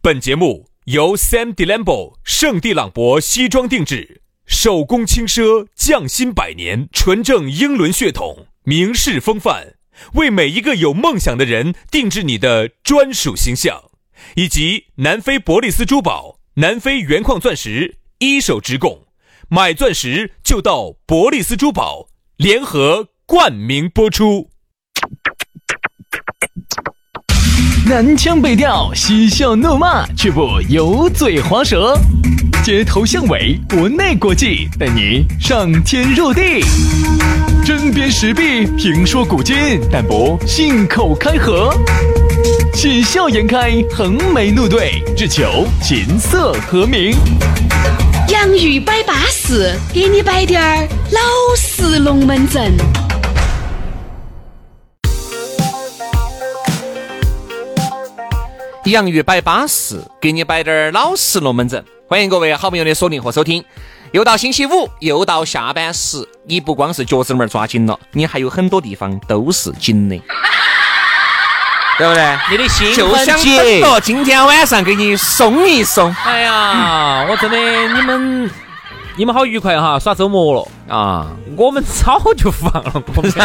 本节目由 Sam Delambo 圣地朗博西装定制，手工轻奢，匠心百年，纯正英伦血统，名士风范，为每一个有梦想的人定制你的专属形象。以及南非伯利斯珠宝、南非原矿钻石一手直供，买钻石就到伯利斯珠宝，联合冠名播出。 南腔北调，嬉笑怒骂，却不油嘴滑舌，街头巷尾，国内国际，带你上天入地，针砭时弊，评说古今，但不信口开河，喜笑颜开，横眉怒对，只求琴瑟和鸣。 洋芋摆巴士，给你摆点儿老式龙门阵。 洋芋摆巴士，给你摆点老实龙门阵。欢迎各位好朋友的锁定和收听。又到星期五，又到下班时，你不光是脚趾门抓紧了，你还有很多地方都是紧的，对不对？ 你的心就想等到今天晚上给你松一松。 哎呀，我真的你们好愉快哈，耍周末了啊！我们早就放了，我们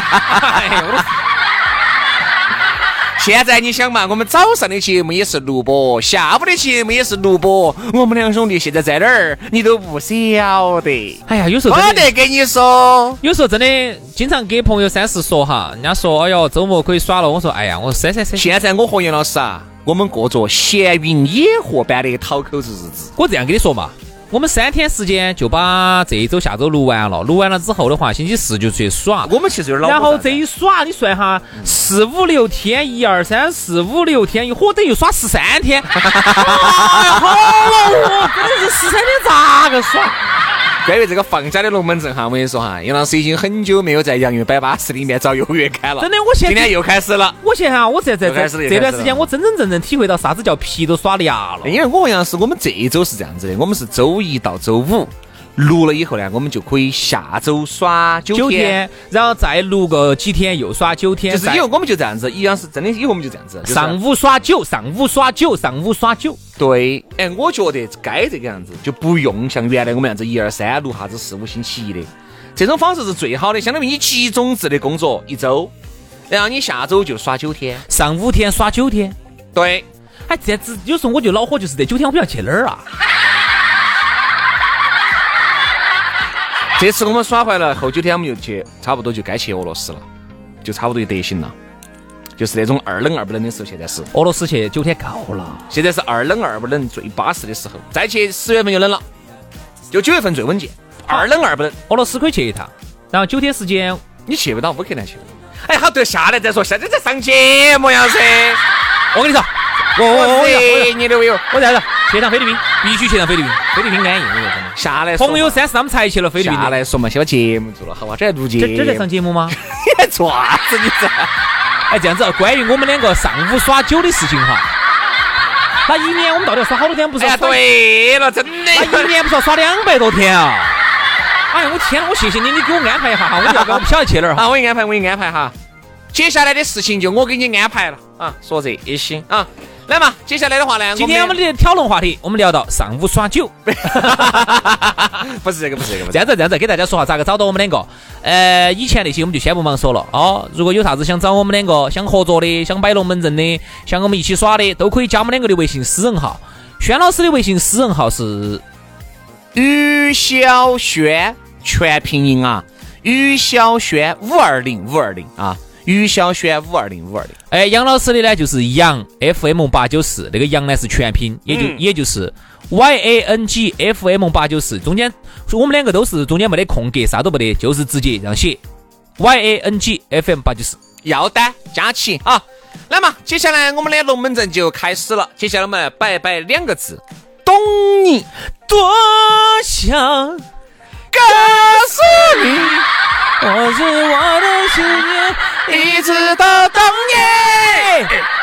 现在你想嘛，我们早上的节目也是录播，下午的节目也是录播，我们两兄弟现在在哪儿，你都不晓得。 哎呀，有时候我得跟你说， 有时候真的经常给朋友三四说哈，人家说哎呦周末可以耍了，我说哎呀，我说噻。 现在我和杨老师啊，我们过着闲云野鹤般的讨口子日子。 我这样跟你说嘛，我们3天时间就把这一周下周录完了，录完了之后的话，星期四就去耍。 我们其实有点然后这一耍，你算哈，4、5、6天，1、2、3、4、5、6天，一伙等于耍13天。哎呀，好了，真是13天咋个耍？ 关于这个放假的龙门阵哈，我跟你说哈，杨老师已经很久没有在洋芋摆巴士里面找优越感了。 真的，我今天又开始了。 我现在我在这段时间，我真正体会到啥子叫皮都耍凉了。 因为我和杨老师，我们这一周是这样子的，我们是周一到周五录了以后呢，我们就可以下周耍9天， 然后再录个几天又耍9天。 就是以后我们就这样子，一样是真的，以后我们就这样子， 上午耍9，上午耍9，上午耍9。 对，哎，我觉得该这个样子，就不用像原来我们样子1、2、3录啥子4、5星期一的，这种方式是最好的，相当于你集中制的工作1周，然后你下周就耍9天， 上5天耍9天。 对， 哎，这样子有时候我就恼火，就是这9天我不要去哪儿啊？ 这次我们耍回来后9天，我们就去，差不多就该去俄罗斯了，就差不多就得行了。就是那种2冷2不冷的时候，现在是俄罗斯去9天够了， 现在是2冷2不冷最巴适的时候，再去10月份就冷了，就9月份最稳健，2冷2不冷。 俄罗斯可以去一趟，然后9天时间你去不到，我可能去。哎，好，对，下来再说，现在在上节目呀噻。 我跟你说， 我你的我在这去趟菲律宾，必须去趟菲律宾，菲律宾安逸。 下来朋友3、4他们才去了菲律宾。 下来说嘛，先把节目做了，好吧？这还录节目， 这在上节目吗？ 你还做啥子你这？ 哎，这样子，关于我们两个上午耍9的事情哈，那一年我们到底要耍好多天？不是？ 哎呀，对了，真的， 那一年不是要耍200多天啊！哎呀，我天哪，我谢谢你，你给我安排一下哈，我不晓得去哪儿哈。 我给你安排哈。接下来的事情就我给你安排了啊，说这也行啊。来嘛，接下来的话呢， 今天我们的讨论话题，我们聊到上午耍9。 不是这个。 这样子，给大家说下咋个找到我们两个。以前那些我们就先不忙说了哦。如果有啥子想找我们两个，想合作的，想摆龙门阵的，想我们一起耍的，都可以加我们两个的微信私人号。轩老师的微信私人号是于小轩，全拼音啊，于小轩520啊。于小轩520。 哎，杨老师的呢就是杨 FM894，那个杨呢是全拼，也就是 YANG FM894，中间我们两个都是中间没得空格，啥都没得，就是直接这样写 YANG FM894， 要单加起啊。来嘛，接下来我们的龙门阵就开始了。接下来我们来摆2个字，懂你多想告诉你， 我是我的世界， 一直都懂你。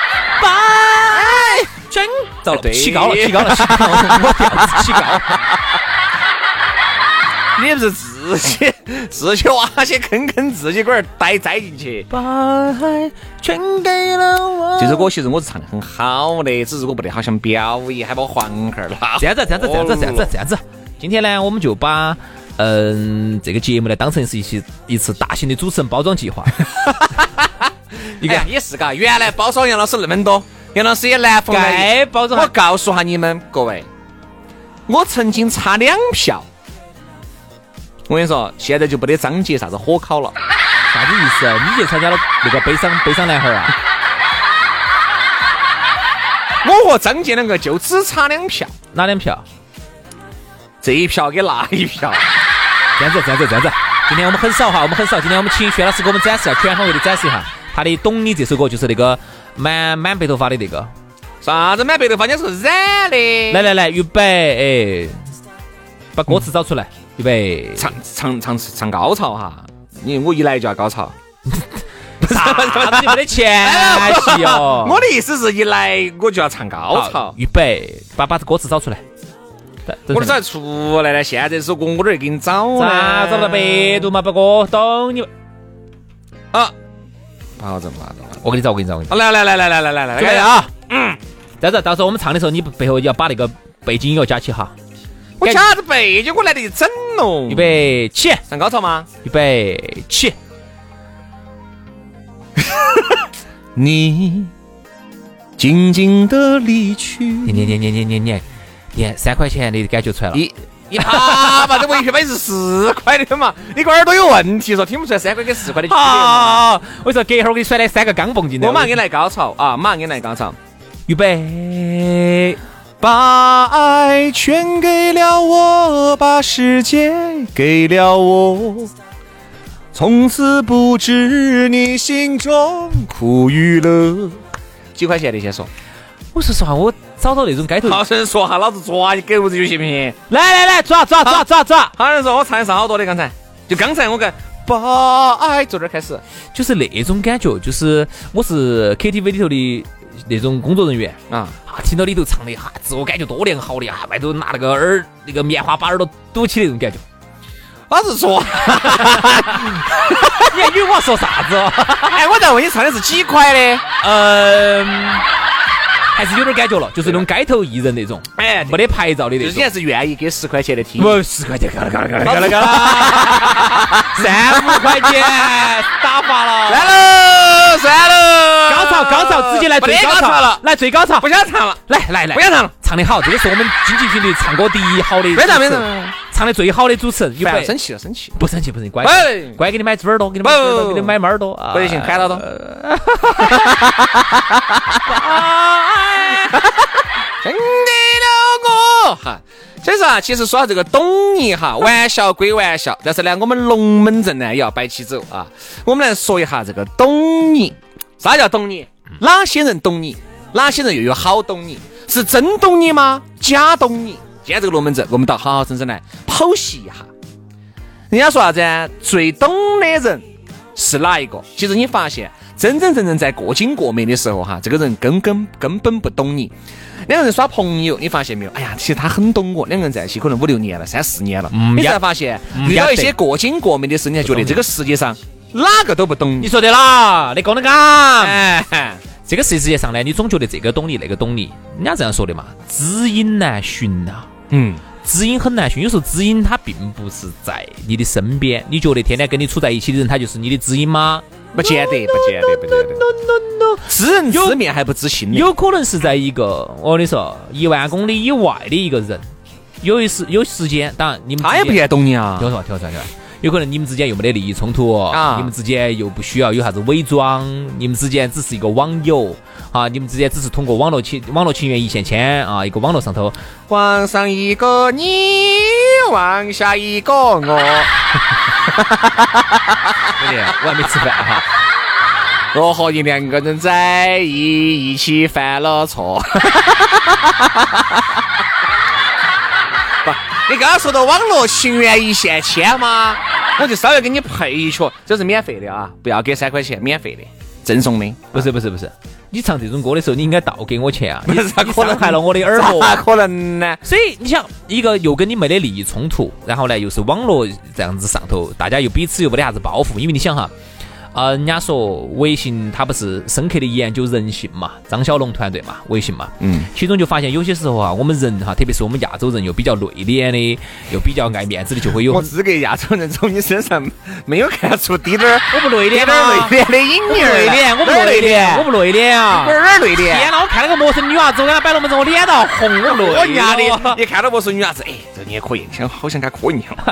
拜真糟了，起高了，我调子起高。 你不是自己挖些坑自己个儿栽进去。 把爱全给了我。 这首歌其实我是唱得很好的，只是我不得好想表演，还把黄孩儿拉。 这样子。今天呢，我们就把这个节目呢当成是一次大型的主持人包装计划。 你看也是嘎，原来包装杨老师那么多，杨老师也难逢该包装。 我告诉下你们各位，我曾经差2票。我跟你说，现在就不得张杰啥子火烤了。 啥子意思？你就参加了那个悲伤男孩啊？ 我和张杰两个就只差2票。 哪2票？ 这一票给那一票。 这样子。今天我们很少。今天我们请薛老师给我们展示一下，全方位的展示一下他的《懂你》这首歌，就是那个满白头发的那个。 啥子满白头发？人家是染的。 来，预备，把歌词找出来，预备。 唱高潮哈！我一来就要高潮。 啥子就没得前戏哦。 我的意思是一来我就要唱高潮。 预备，把歌词找出来。 我都找出来了，现在这首歌我都给你找了。 咋找不到百度嘛？不过懂你啊！好，这么我给你找。 来， 准备啊！这样子，到时候我们唱的时候，你背后要把那个背景音乐加起哈。 我夹着背景，我来得整喽。 预备起， 上高潮吗？ 预备起。 你静静的离去。 你3块钱的感觉出来了。 你怕吧？这我一票是4块的嘛？你个耳朵有问题，说听不出来3块跟4块的区别嘛？ 我说隔一会儿给你甩来3个钢蹦进来。 我马上给你来高潮啊！马上给你来高潮。 预备， 把爱全给了我，把世界给了我，从此不知你心中苦与乐。几块钱的先说。 我说实话，我找到那种街头。 好生说哈，老子抓你狗子就行不行？ 来，抓！ 好像说我唱的上好多的，刚才我跟把爱从这儿开始， 就是那种感觉，就是我是 KTV 里头的那种工作人员啊，听到里头唱的哈，自我感觉多良好的啊，外头拿那个棉花把耳朵堵起那种感觉。 老子说， 你还以为我说啥子？ 哎，我在问你唱的是几块的？ 还是有点感觉了，就是那种街头艺人那种，没得牌照的那种。 就是你还是愿意给10块钱的听？ 不，10块钱，够了，3-5块钱打发了。 算了， 高潮，直接来最高潮了， 来最高潮， 不想唱了， 来， 不想唱了， 唱得好，这个是我们经济频率唱歌第一好的， 没唱， 唱的最好的主持人。 生气， 不生气，乖，给你买只耳朵，给你买猫耳朵， 不行，喊到多。真给了我哈，所以说啊，其实说到这个懂你哈，玩笑归玩笑，但是呢，我们龙门阵呢也要摆起走啊。我们来说一下这个懂你，啥叫懂你？哪些人懂你？哪些人又有好懂你？是真懂你吗？假懂你？今天这个龙门阵，我们到好好生生来剖析一下。人家说啥子？最懂的人是哪一个？其实你发现，真正在过经过美的时候哈，这个人根本不懂你。两个人耍朋友，你发现没有？哎呀，其实他很懂我。两个人在一起可能5-6年了，3-4年了，你才发现遇到一些过经过美的事，你才觉得这个世界上哪个都不懂你。 你说对了，你讲得啱。这个世界上呢，你总觉得这个懂你，那个懂你，人家这样说的嘛，知音难寻呐。知音很难寻，有时候知音他并不是在你的身边。你觉得天天跟你处在一起的人，他就是你的知音吗？ 不见得。知人知面还不知心， 有可能是在一个我跟你说1万公里以外的一个人，有时间，当然你们他也不愿懂你啊。 听我说，有可能你们之间又没得利益冲突啊，你们之间又不需要有啥子伪装，你们之间只是一个网友啊，你们之间只是通过网络情缘一线牵啊，一个网络上头往上一个你，往下一个我。 我还没吃饭哈。 我和你2个人在一起犯了错。你刚刚说到网络情缘一线牵吗？我就稍微给你配一曲，这是免费的啊，不要给3块钱，免费的，赠送的。 不是， 你唱这种歌的时候，你应该倒给我钱啊！你可能伤害了我的耳朵， 咋可能呢？ 所以你想，一个又跟你没得利益冲突，然后呢又是网络这样子上头，大家又彼此又没得啥子包袱，因为你想哈。人家说微信它不是深刻的研究人性嘛，张小龙团队嘛，微信嘛，其中就发现有些时候啊，我们人哈，特别是我们亚洲人又比较内敛的，又比较爱面子的，就会有。 我资格亚洲人从你身上没有看出滴点儿， 我不内敛啊，内敛的影儿， 内敛，我不内敛，我不内敛啊， 哪儿内敛？ 天哪，我看那个陌生女娃子，我给她摆龙门阵，我脸都要红，我不内敛的。一看到陌生女娃子，哎，这你也可以，好想跟她磕一下。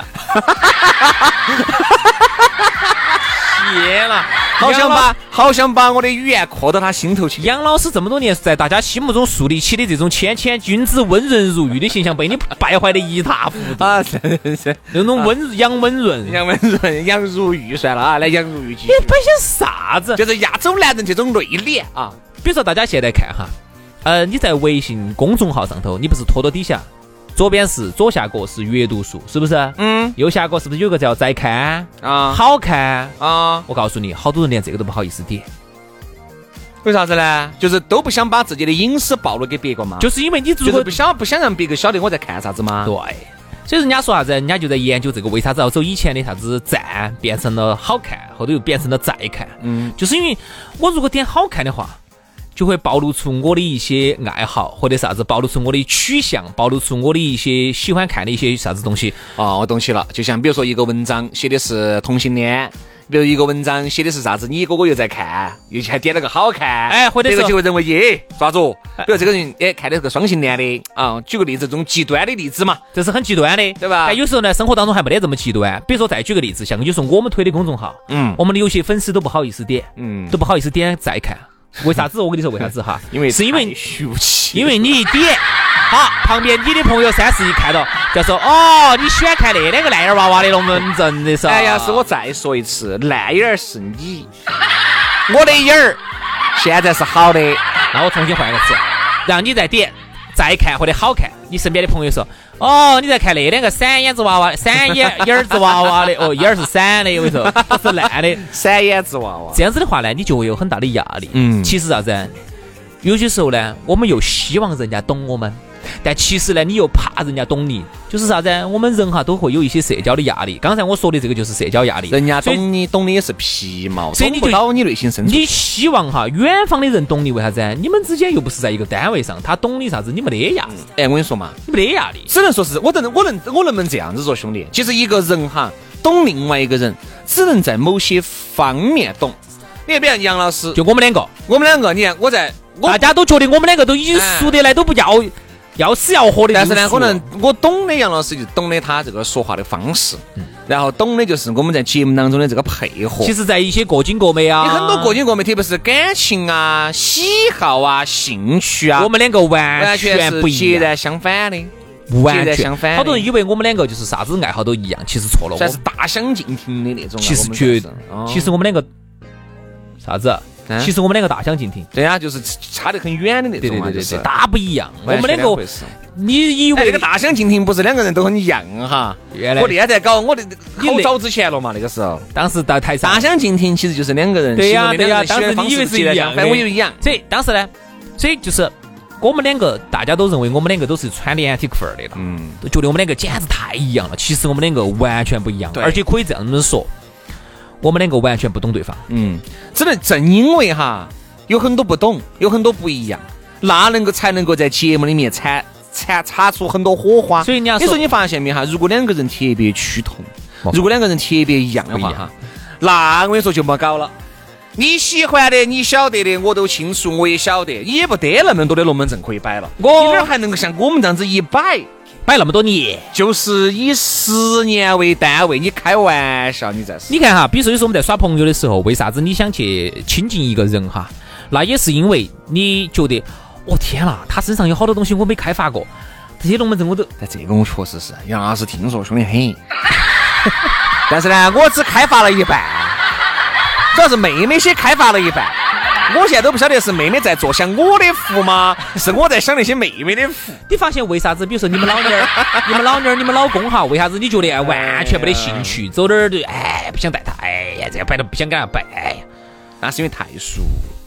天了， 好想把我的语言刻到他心头去。 杨老师这么多年在大家心目中树立起的这种谦谦君子、温润如玉的形象，被你败坏的一塌糊涂啊！是那种杨温润、 杨如玉算了啊，来杨如玉。 你摆些啥子？ 就是亚洲男人这种内敛啊。 比如说大家现在看哈，你在微信公众号上头，你不是拖到底下？左边是左下角是阅读数，是不是？右下角是不是有个叫再看啊？好看啊！我告诉你，好多人连这个都不好意思点。 为啥子呢？就是都不想把自己的隐私暴露给别个嘛。 就是因为你如果不想让别个晓得我在看啥子嘛。 对。所以人家说啥子？人家就在研究这个为啥子要走以前的啥子赞变成了好看，后头又变成了再看。就是因为我如果点好看的话。就会暴露出我的一些爱好，或者啥子暴露出我的取向，暴露出我的一些喜欢看的一些啥子东西。 我懂起了。就像比如说一个文章写的是同性恋，比如一个文章写的是啥子，你哥哥又在看，又还点了个好看， 或者这个就会认为耶抓住。比如这个人看的是个双性恋的啊，举个例子，这种极端的例子嘛， 这是很极端的， 对吧？ 但有时候呢，生活当中还没得这么极端。比如说再举个例子，像就是我们推的公众号，我们的有些粉丝都不好意思点，都不好意思点再看。为啥子？我跟你说为啥子哈？因为俗气， 因为你一点，好，旁边你的朋友31看到，就说哦，你喜欢看那两个烂眼娃娃的龙门阵的时候。 哎呀，是我再说一次，烂眼是你，我的眼儿现在是好的。 那我重新换个词，让你再点再看或者好看，你身边的朋友说哦，你在看那两个闪眼子娃娃，闪眼子娃娃的，哦，眼儿是闪的，我跟你说，不是烂的， 闪眼子娃娃。 这样子的话呢，你就会有很大的压力。其实啥子？有些时候呢，我们又希望人家懂我们，但其实呢，你又怕人家懂你，就是啥子？我们人哈都会有一些社交的压力。刚才我说的这个就是社交压力， 人家懂你懂的也是皮毛，所以你就到你内心深处。 你希望哈远方的人懂你，为啥子？你们之间又不是在一个单位上，他懂你啥子？你没得压力。 我跟你说嘛， 你没得压力， 只能说是我能不能这样子说，兄弟？其实一个人哈懂另外一个人，只能在某些方面懂。你看，比如杨老师， 就我们两个， 你看大家都觉得我们两个都已经熟得来，都不要死要活的。 但是呢，可能我懂的杨老师就懂得他这个说话的方式，然后懂的就是我们在节目当中的这个配合。 其实，在一些过经过美啊， 你很多过经过美，特别是感情啊、喜好啊、兴趣啊， 我们两个完全不一样， 截然相反的。 完全相反，好多人以为我们两个就是啥子爱好都一样，其实错了。 算是大相径庭的那种。 其实其实我们两个啥子？其实我们两个大相径庭。 对啊，就是差得很远的那种嘛。 对，大不一样。我们两个，你以为那个大相径庭不是两个人都很一样哈？我那天在搞我的好早之前了嘛，那个时候。 当时到台上， 大相径庭其实就是两个人。 对呀，当时你以为是一样， 我也一样。 所以当时呢，所以就是。我们两个大家都认为我们两个都是穿的 antique fur 的了，都觉得我们两个简直太一样了。其实我们两个完全不一样，而且可以这样子说，我们两个完全不懂对方。 只能正因为哈有很多不懂，有很多不一样，那才能够在节目里面擦出很多火花。 所以你说你发现没哈？如果两个人特别趋同，如果两个人特别一样的话哈，那我跟你说就没搞了。你喜欢的，你晓得的，我都清楚，我也晓得，也不得那么多的龙门阵可以摆了。你哪还能够像我们这样子一摆那么多年？ 就是以10年为单位，你开玩笑，你在你看哈，比如说有时候我们在耍朋友的时候，为啥子你想去亲近一个人哈？那也是因为你觉得，天啦，他身上有好多东西我没开发过，这些龙门阵我都…… 但这个我确实是，杨老师听说凶得很，但是呢，我只开发了一半。主要是妹妹些开发了一半，我现在都不晓得是妹妹在做想我的福吗？是我在想那些妹妹的福。 你发现为啥子？比如说你们老妞儿、你们老妞儿、你们老公哈，为啥子你觉得完全没得兴趣？走哪儿都不想带他，这个摆都不想跟他摆， 那是因为太熟。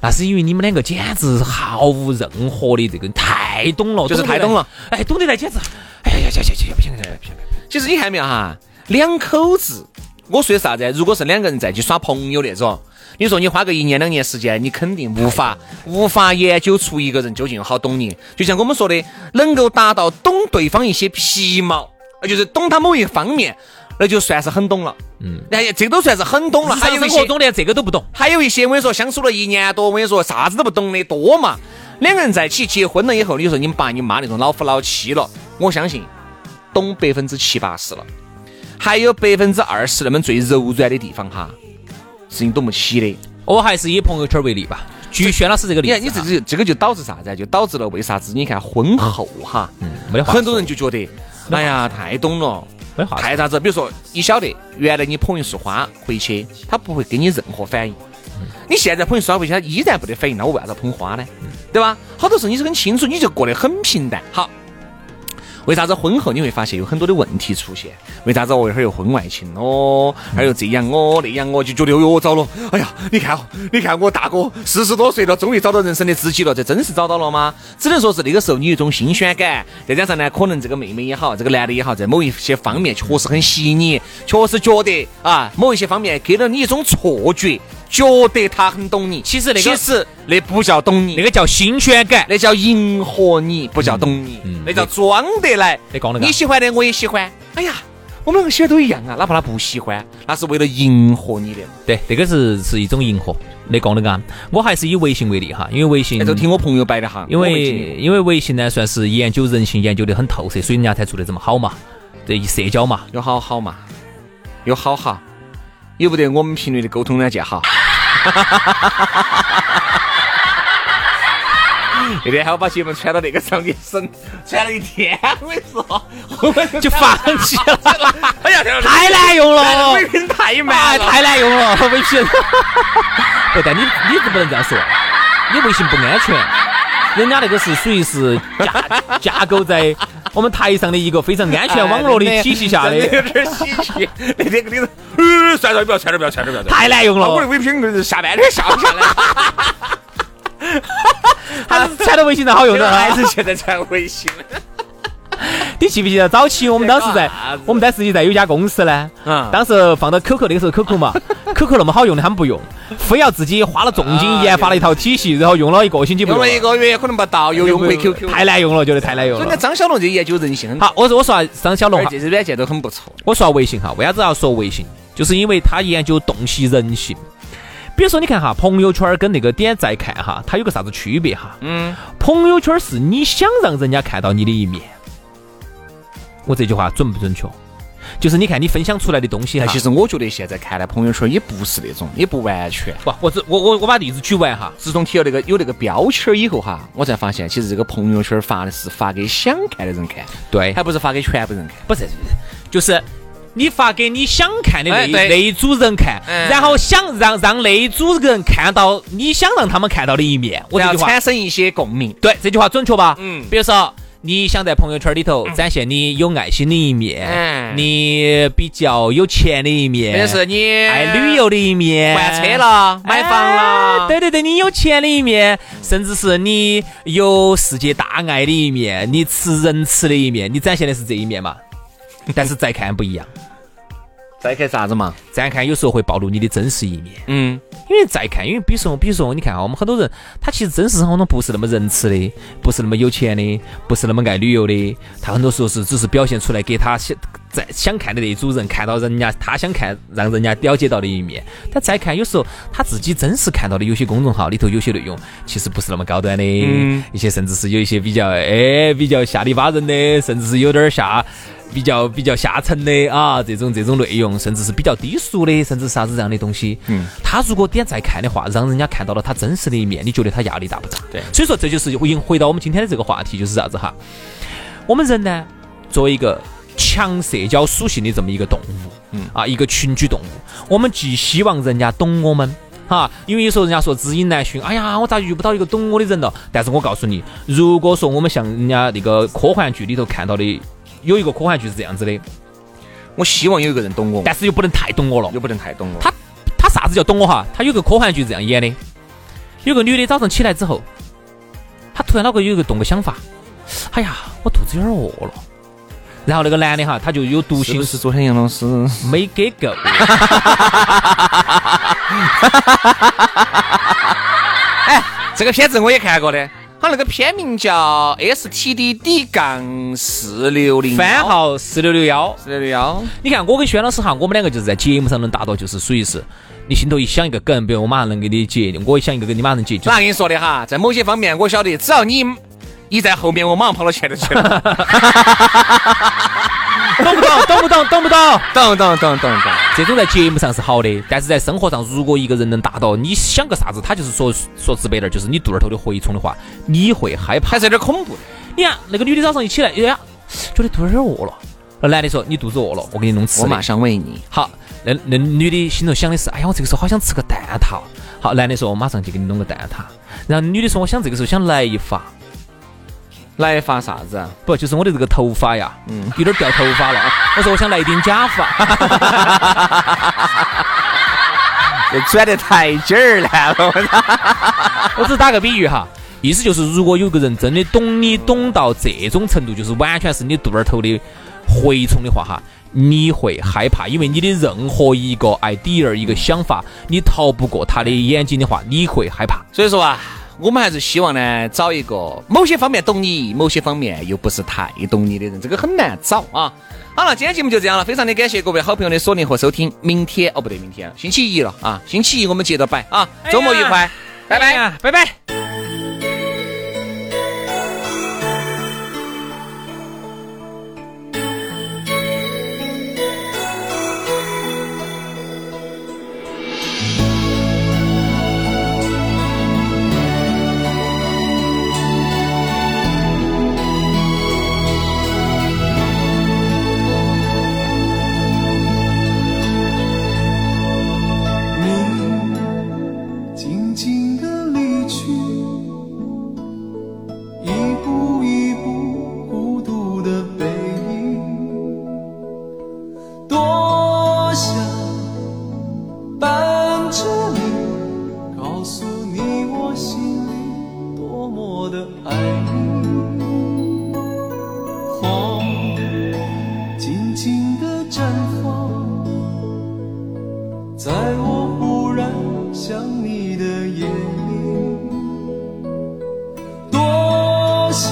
那是因为你们两个简直毫无任何的这个太懂了， 就是太懂了， 哎，懂得来简直，哎呀，不行。 其实你看没有哈，两口子，我说啥子？如果是两个人在一起耍朋友那种，你说你花个1年2年时间，你肯定无法研究出一个人究竟有好懂你。就像我们说的，能够达到懂对方一些皮毛，就是懂他某一方面，那就算是很懂了。哎呀，这都算是很懂了。还有一些懂连这个都不懂， 还有一些我跟你说，相处了1年多，我跟你说啥子都不懂的多嘛。两个人在一起结婚了以后，你说你爸你妈那种老夫老妻了，我相信懂70-80%了，还有20%那么最柔软的地方哈，是你懂不起的。 我还是以朋友圈为例吧，举轩老师这个例子， 你这个就导致啥子？就导致了为啥子？你看婚后哈，很多人就觉得，哎呀，太懂了。太啥子？比如说，你晓得原来你捧一束花回去，他不会给你任何反应。你现在捧一束花回去，他依然不得反应，那我为啥子捧花呢？对吧？好多时候你是很清楚，你就过得很平淡。好，为啥子婚后你会发现有很多的问题出现？为啥子我一会儿又婚外情哦，而又这样哦那样哦，就觉得哟糟了。哎呀，你看我大哥40多岁了，终于找到人生的知己了，这真是找到了吗？只能说是那个时候你有一种新鲜感，再加上呢，可能这个妹妹也好，这个男的也好，在某一些方面确实很细腻，确实觉得啊，某一些方面给了你一种错觉，觉得他很懂你。其实那不叫懂你， 那个叫新鲜感， 那叫迎合你，不叫懂你，那叫装得来。你喜欢的我也喜欢，哎呀，我们两个喜欢都一样啊，哪怕他不喜欢，那是为了迎合你的。 对，这个是一种迎合。那讲那个，我还是以微信为例哈，因为微信就听我朋友摆的哈， 因为微信呢算是研究人性研究的很透彻，所以人家才做得这么好嘛。这一社交嘛， 有好嘛，有好，有不得我们频率的沟通软件好。那天还要把节目传到那个上面省，传了一天，我跟你说，我们就放弃了。 哎呀， 太难用了， 微信太慢了， 太难用了，微信。不，但你是不能这样说，你微信不安全，人家那个是属于是架构在我们台上的一个非常安全网络的体系下的。 有点稀奇，那天跟你说，算了，不要传了， 太难用了。 我的微信下半天下不下来。 还是传到微信上好用的， 还是现在传微信。 你记不记得早期我们当时在有一家公司呢，当时放到 QQ， 那个时候 QQ 嘛，QQ 那么好用的他们不用，非要自己花了重金研发了一套体系，然后用了1个星期不用了， 用了1个月可能不到又用回 QQ， 太难用了，觉得太难用了。 所以张小龙这研究人性很好。我说张小龙这些软件都很不错。 我说微信哈，为啥子要说微信？就是因为他研究洞悉人性。比如说你看哈，朋友圈跟那个点赞看哈，它有个啥子区别哈？朋友圈是你想让人家看到你的一面。我这句话准不准确？就是你看你分享出来的东西哈。 其实我觉得现在看来朋友圈也不是那种，也不完全。 不，我把例子举完哈。 自从提了有那个标签以后哈，我才发现其实这个朋友圈发的是发给想看的人看， 对， 还不是发给全部人看。 不是，就是你发给你想看的那一组人看，然后想让那一组人看到你想让他们看到的一面， 我要产生一些共鸣。 对，这句话准确吧？比如说你想在朋友圈里头展现你有爱心的一面，你比较有钱的一面， 就是你爱旅游的一面， 换车了，买房了， 对，你有钱的一面，甚至是你有世界大爱的一面，你吃人吃的一面，你展现的是这一面嘛？但是再看不一样。 再看啥子嘛？ 再看有时候会暴露你的真实一面。因为再看，因为比如说，你看啊，我们很多人他其实真实生活中不是那么仁慈的，不是那么有钱的，不是那么爱旅游的，他很多时候是只是表现出来给他想看的那一组人看到人家他想看让人家了解到的一面。但再看有时候他自己真实看到的有些公众号里头有些内容其实不是那么高端的，一些甚至是有一些比较下里巴人的，甚至是有点比较下沉的啊，这种内容，甚至是比较低俗的，甚至啥子这样的东西。他如果点再看的话，让人家看到了他真实的一面，你觉得他压力大不大？ 对， 所以说这就是回到我们今天的这个话题，就是啥子哈？我们人呢，作为一个强社交属性的这么一个动物，一个群居动物，我们既希望人家懂我们。因为有时候人家说知音难寻，哎呀，我咋遇不到一个懂我的人了？但是我告诉你，如果说我们像人家那个科幻剧里头看到的，有一个科幻剧是这样子的， 我希望有一个人懂我， 但是又不能太懂我了， 又不能太懂我。 他啥子叫懂我哈？他有个科幻剧这样演的， 有个女的早上起来之后，她突然脑壳有一个动个想法，哎呀，我肚子有点饿了。然后那个男的哈，他就有独行， 是不是昨天杨老师没给够？ 哎，这个片子我也看过的，它那个片名叫 STD-460 番号4661。 4661。 你看，我跟轩老师哈，我们两个就是在节目上能达到，就是属于是你心头一想一个梗，比如我马上能给你接，我一想一个梗，你马上能接。 那跟你说的哈，在某些方面我晓得，只要你一在后面，我马上跑到前头去了。 懂不懂？懂不懂？懂不懂？ 懂。 这种在节目上是好的，但是在生活上，如果一个人能达到，你想个啥子，他就是说直白点，就是你肚儿头的蛔虫的话，你会害怕， 还是有点恐怖的。 你看那个女的早上一起来，哎呀，觉得肚儿有点饿了。那男的说：“你肚子饿了，我给你弄吃的。” 我马上喂你。 好，那女的心头想的是：“哎呀，我这个时候好想吃个蛋挞。”好，男的说：“我马上就给你弄个蛋挞。”然后女的说：“我想这个时候想来一发。” 来发啥子啊？ 不，就是我的这个头发呀，有点掉头发了。我说我想来一顶假发。 这转得太劲儿了。 我只打个比喻哈，意思就是如果有个人真的懂你懂到这种程度，就是完全是你肚儿头的蛔虫的话哈，你会害怕，因为你的任何一个 idea 一个想法，你逃不过他的眼睛的话，你会害怕。 所以说啊，我们还是希望呢，找一个某些方面懂你，某些方面又不是太懂你的人，这个很难找啊。好了，今天节目就这样了，非常的感谢各位好朋友的锁定和收听。明天哦，不对，明天星期一了啊，星期一我们接着摆啊，周末愉快，拜拜， 拜拜。 在我忽然想你的夜里，多想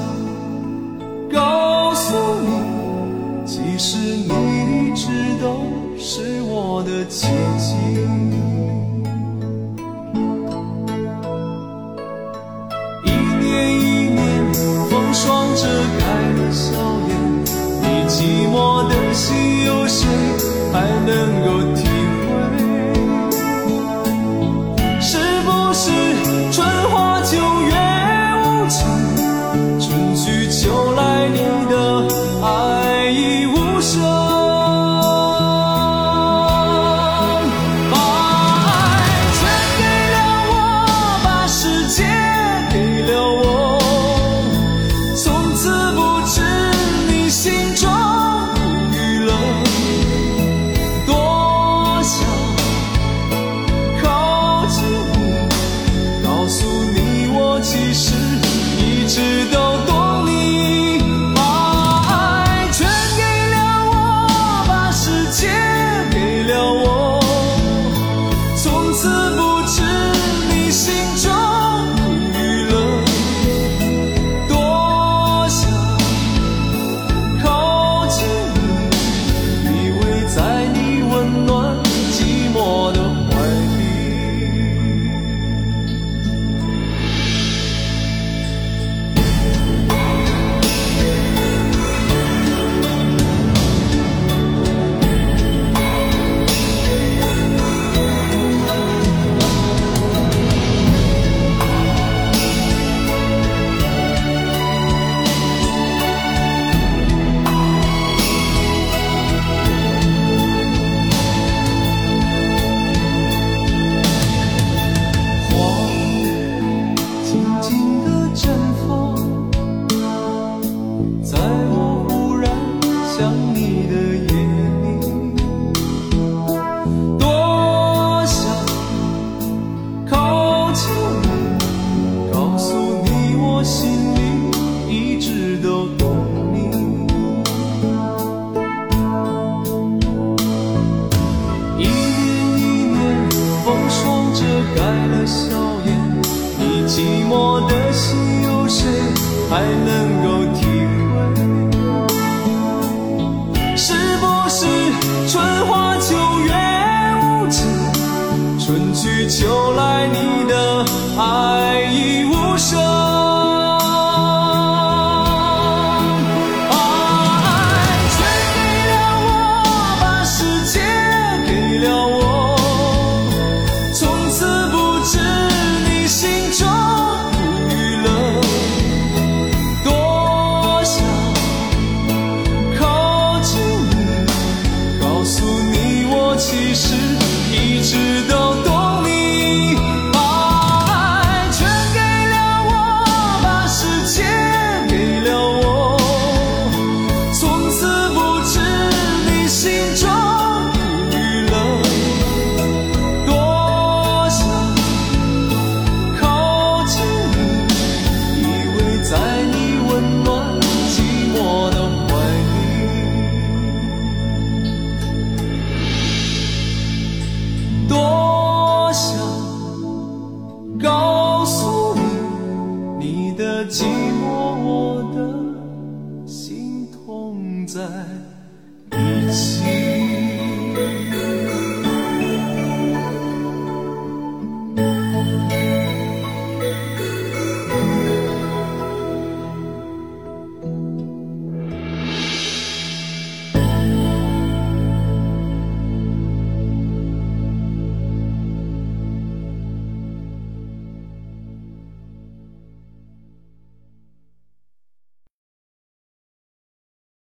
告诉你，其实你一直都是我的奇迹。一年一年风霜遮盖了笑颜，你寂寞的心有谁还能够